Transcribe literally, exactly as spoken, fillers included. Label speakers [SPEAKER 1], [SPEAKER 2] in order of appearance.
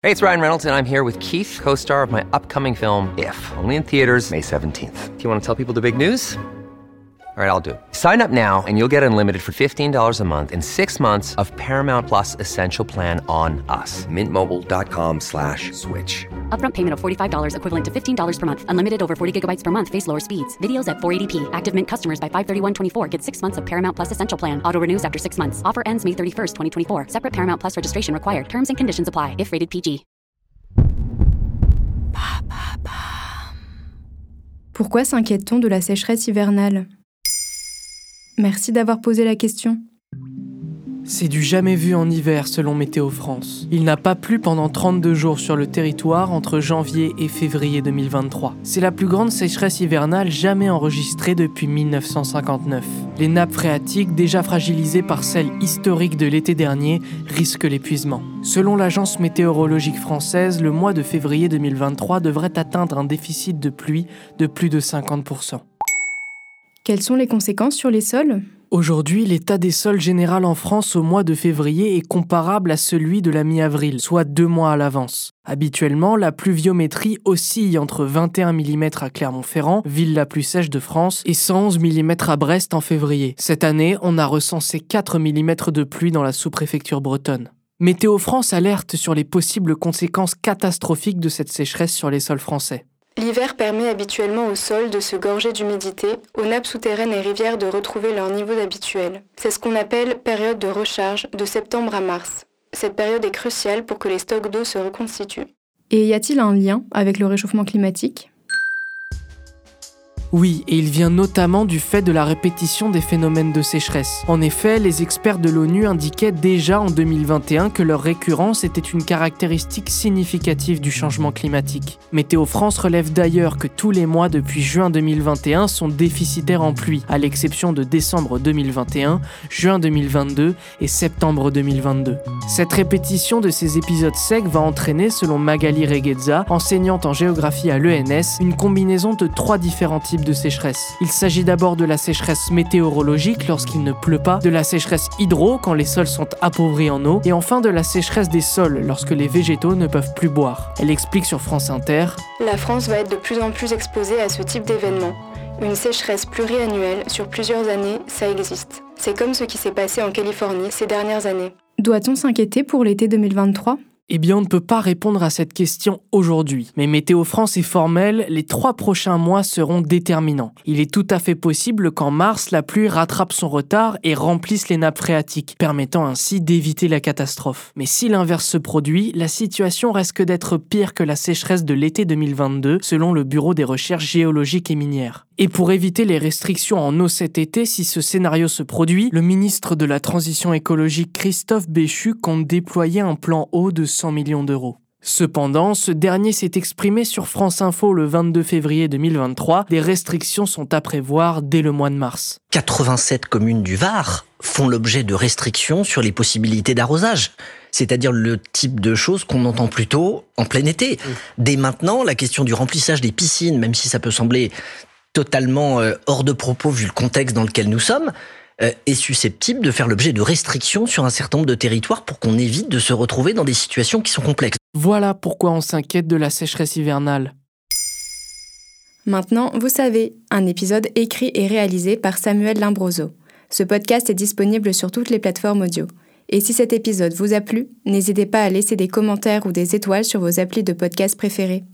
[SPEAKER 1] Hey, it's Ryan Reynolds, and I'm here with Keith, co-star of my upcoming film, If, only in theaters May seventeenth. Do you want to tell people the big news? All right, I'll do it. Sign up now and you'll get unlimited for fifteen dollars a month and six months of Paramount Plus Essential Plan on us. Mint Mobile dot com slash switch.
[SPEAKER 2] Upfront payment of forty-five dollars equivalent to fifteen dollars per month. Unlimited over forty gigabytes per month. Face lower speeds. Videos at four eighty p. Active Mint customers by five thirty-one twenty-four get six months of Paramount Plus Essential Plan. Auto renews after six months. Offer ends May thirty-first, twenty twenty-four. Separate Paramount Plus registration required. Terms and conditions apply if rated P G.
[SPEAKER 3] Pourquoi s'inquiète-t-on de la sécheresse hivernale ? Merci d'avoir posé la question.
[SPEAKER 4] C'est du jamais vu en hiver selon Météo France. Il n'a pas plu pendant trente-deux jours sur le territoire entre janvier et février deux mille vingt-trois. C'est la plus grande sécheresse hivernale jamais enregistrée depuis dix-neuf cent cinquante-neuf. Les nappes phréatiques, déjà fragilisées par celles historiques de l'été dernier, risquent l'épuisement. Selon l'Agence météorologique française, le mois de février deux mille vingt-trois devrait atteindre un déficit de pluie de plus de cinquante pour cent.
[SPEAKER 3] Quelles sont les conséquences sur les sols ?
[SPEAKER 4] Aujourd'hui, l'état des sols général en France au mois de février est comparable à celui de la mi-avril, soit deux mois à l'avance. Habituellement, la pluviométrie oscille entre vingt et un millimètres à Clermont-Ferrand, ville la plus sèche de France, et cent onze millimètres à Brest en février. Cette année, on a recensé quatre millimètres de pluie dans la sous-préfecture bretonne. Météo France alerte sur les possibles conséquences catastrophiques de cette sécheresse sur les sols français.
[SPEAKER 3] L'hiver permet habituellement au sol de se gorger d'humidité, aux nappes souterraines et rivières de retrouver leur niveau habituel. C'est ce qu'on appelle période de recharge, de septembre à mars. Cette période est cruciale pour que les stocks d'eau se reconstituent. Et y a-t-il un lien avec le réchauffement climatique ?
[SPEAKER 4] Oui, et il vient notamment du fait de la répétition des phénomènes de sécheresse. En effet, les experts de l'ONU indiquaient déjà en deux mille vingt et un que leur récurrence était une caractéristique significative du changement climatique. Météo France relève d'ailleurs que tous les mois depuis juin deux mille vingt et un sont déficitaires en pluie, à l'exception de décembre deux mille vingt et un, juin deux mille vingt-deux et septembre deux mille vingt-deux. Cette répétition de ces épisodes secs va entraîner, selon Magali Regueza, enseignante en géographie à l'E N S, une combinaison de trois différents types de sécheresse. Il s'agit d'abord de la sécheresse météorologique lorsqu'il ne pleut pas, de la sécheresse hydro quand les sols sont appauvris en eau, et enfin de la sécheresse des sols lorsque les végétaux ne peuvent plus boire. Elle explique sur France Inter :
[SPEAKER 3] La France va être de plus en plus exposée à ce type d'événement. Une sécheresse pluriannuelle sur plusieurs années, ça existe. C'est comme ce qui s'est passé en Californie ces dernières années. Doit-on s'inquiéter pour l'été deux mille vingt-trois ?
[SPEAKER 4] Eh bien, on ne peut pas répondre à cette question aujourd'hui. Mais Météo France est formelle, les trois prochains mois seront déterminants. Il est tout à fait possible qu'en mars, la pluie rattrape son retard et remplisse les nappes phréatiques, permettant ainsi d'éviter la catastrophe. Mais si l'inverse se produit, la situation risque d'être pire que la sécheresse de l'été deux mille vingt-deux, selon le Bureau des recherches géologiques et minières. Et pour éviter les restrictions en eau cet été, si ce scénario se produit, le ministre de la Transition écologique Christophe Béchu compte déployer un plan eau de cent millions d'euros. Cependant, ce dernier s'est exprimé sur France Info le vingt-deux février deux mille vingt-trois. Des restrictions sont à prévoir dès le mois de mars.
[SPEAKER 5] quatre-vingt-sept communes du Var font l'objet de restrictions sur les possibilités d'arrosage. C'est-à-dire le type de choses qu'on entend plutôt en plein été. Dès maintenant, la question du remplissage des piscines, même si ça peut sembler totalement euh, hors de propos vu le contexte dans lequel nous sommes, euh, est susceptible de faire l'objet de restrictions sur un certain nombre de territoires pour qu'on évite de se retrouver dans des situations qui sont complexes.
[SPEAKER 4] Voilà pourquoi on s'inquiète de la sécheresse hivernale.
[SPEAKER 3] Maintenant, vous savez, un épisode écrit et réalisé par Samuel Limbroso. Ce podcast est disponible sur toutes les plateformes audio. Et si cet épisode vous a plu, n'hésitez pas à laisser des commentaires ou des étoiles sur vos applis de podcast préférés.